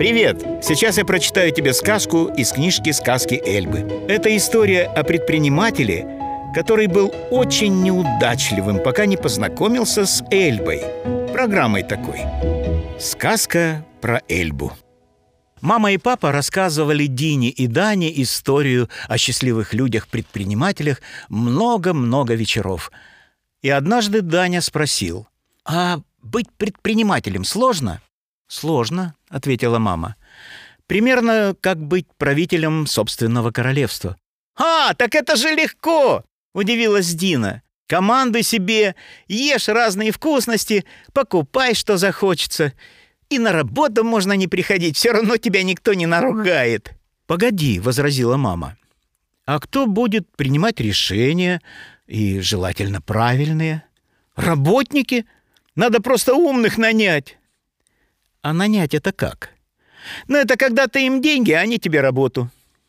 Привет! Сейчас я прочитаю тебе сказку из книжки «Сказки Эльбы». Это история о предпринимателе, который был очень неудачливым, пока не познакомился с Эльбой. Программой такой. Сказка про Эльбу. Мама и папа рассказывали Дине и Дане историю о счастливых людях-предпринимателях много-много вечеров. И однажды Даня спросил: «А быть предпринимателем сложно?» «Сложно», — ответила мама. «Примерно как быть правителем собственного королевства». «А, так это же легко!» — удивилась Дина. «Командуй себе, ешь разные вкусности, покупай, что захочется. И на работу можно не приходить, все равно тебя никто не наругает». «Погоди», — возразила мама. «А кто будет принимать решения, и желательно правильные?» «Работники? Надо просто умных нанять». «А нанять это как?» «Ну, это когда ты им деньги, а они тебе работу».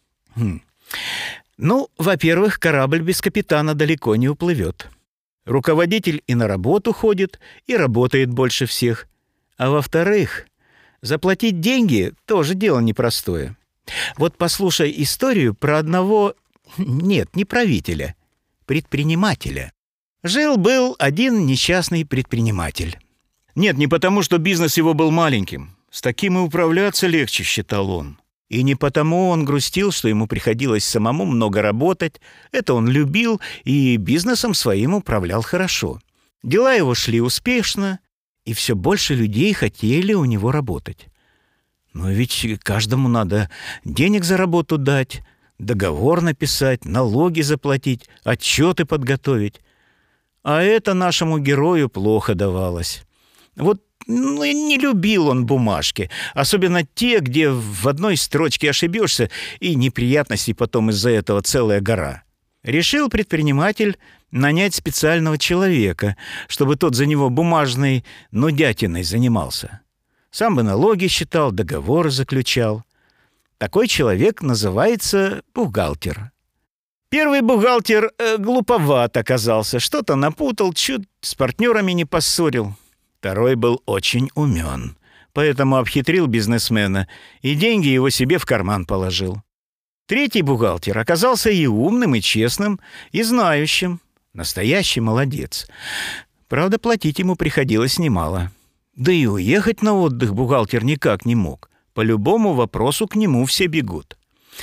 «Ну, во-первых, корабль без капитана далеко не уплывет. Руководитель и на работу ходит, и работает больше всех. А во-вторых, заплатить деньги тоже дело непростое. Вот послушай историю про одного... Нет, не правителя, предпринимателя. Жил-был один несчастный предприниматель. Нет, не потому, что бизнес его был маленьким. С таким и управляться легче, считал он. И не потому он грустил, что ему приходилось самому много работать. Это он любил и бизнесом своим управлял хорошо. Дела его шли успешно, и все больше людей хотели у него работать. Но ведь каждому надо денег за работу дать, договор написать, налоги заплатить, отчеты подготовить. А это нашему герою плохо давалось. Вот не любил он бумажки, особенно те, где в одной строчке ошибешься, и неприятностей потом из-за этого целая гора. Решил предприниматель нанять специального человека, чтобы тот за него бумажной нудятиной занимался. Сам бы налоги считал, договоры заключал. Такой человек называется бухгалтер. Первый бухгалтер глуповат оказался, что-то напутал, чуть с партнерами не поссорил. Второй был очень умен, поэтому обхитрил бизнесмена и деньги его себе в карман положил. Третий бухгалтер оказался и умным, и честным, и знающим. Настоящий молодец. Правда, платить ему приходилось немало. Да и уехать на отдых бухгалтер никак не мог. По любому вопросу к нему все бегут.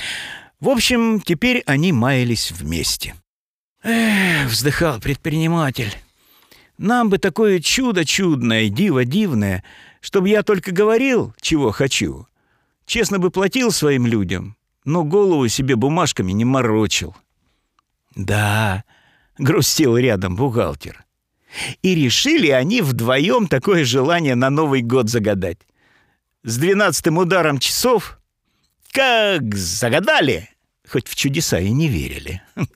В общем, теперь они маялись вместе. «Эх», — вздыхал предприниматель, — «нам бы такое чудо чудное, диво дивное, чтобы я только говорил, чего хочу. Честно бы платил своим людям, но голову себе бумажками не морочил». «Да», — грустил рядом бухгалтер. И решили они вдвоем такое желание на Новый год загадать. С 12-м ударом часов как загадали, хоть в чудеса и не верили.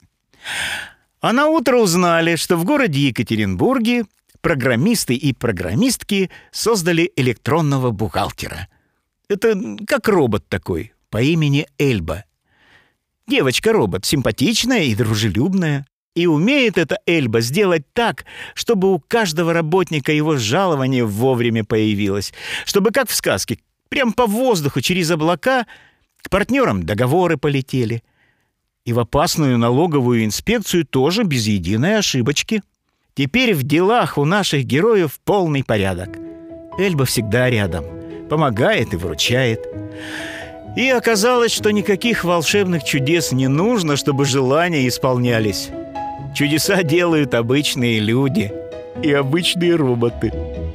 А наутро узнали, что в городе Екатеринбурге программисты и программистки создали электронного бухгалтера. Это как робот такой, по имени Эльба. Девочка-робот, симпатичная и дружелюбная. И умеет эта Эльба сделать так, чтобы у каждого работника его жалование вовремя появилось. Чтобы, как в сказке, прям по воздуху через облака к партнерам договоры полетели. И в опасную налоговую инспекцию тоже без единой ошибочки. Теперь в делах у наших героев полный порядок. Эльба всегда рядом, помогает и выручает. И оказалось, что никаких волшебных чудес не нужно, чтобы желания исполнялись. Чудеса делают обычные люди и обычные роботы.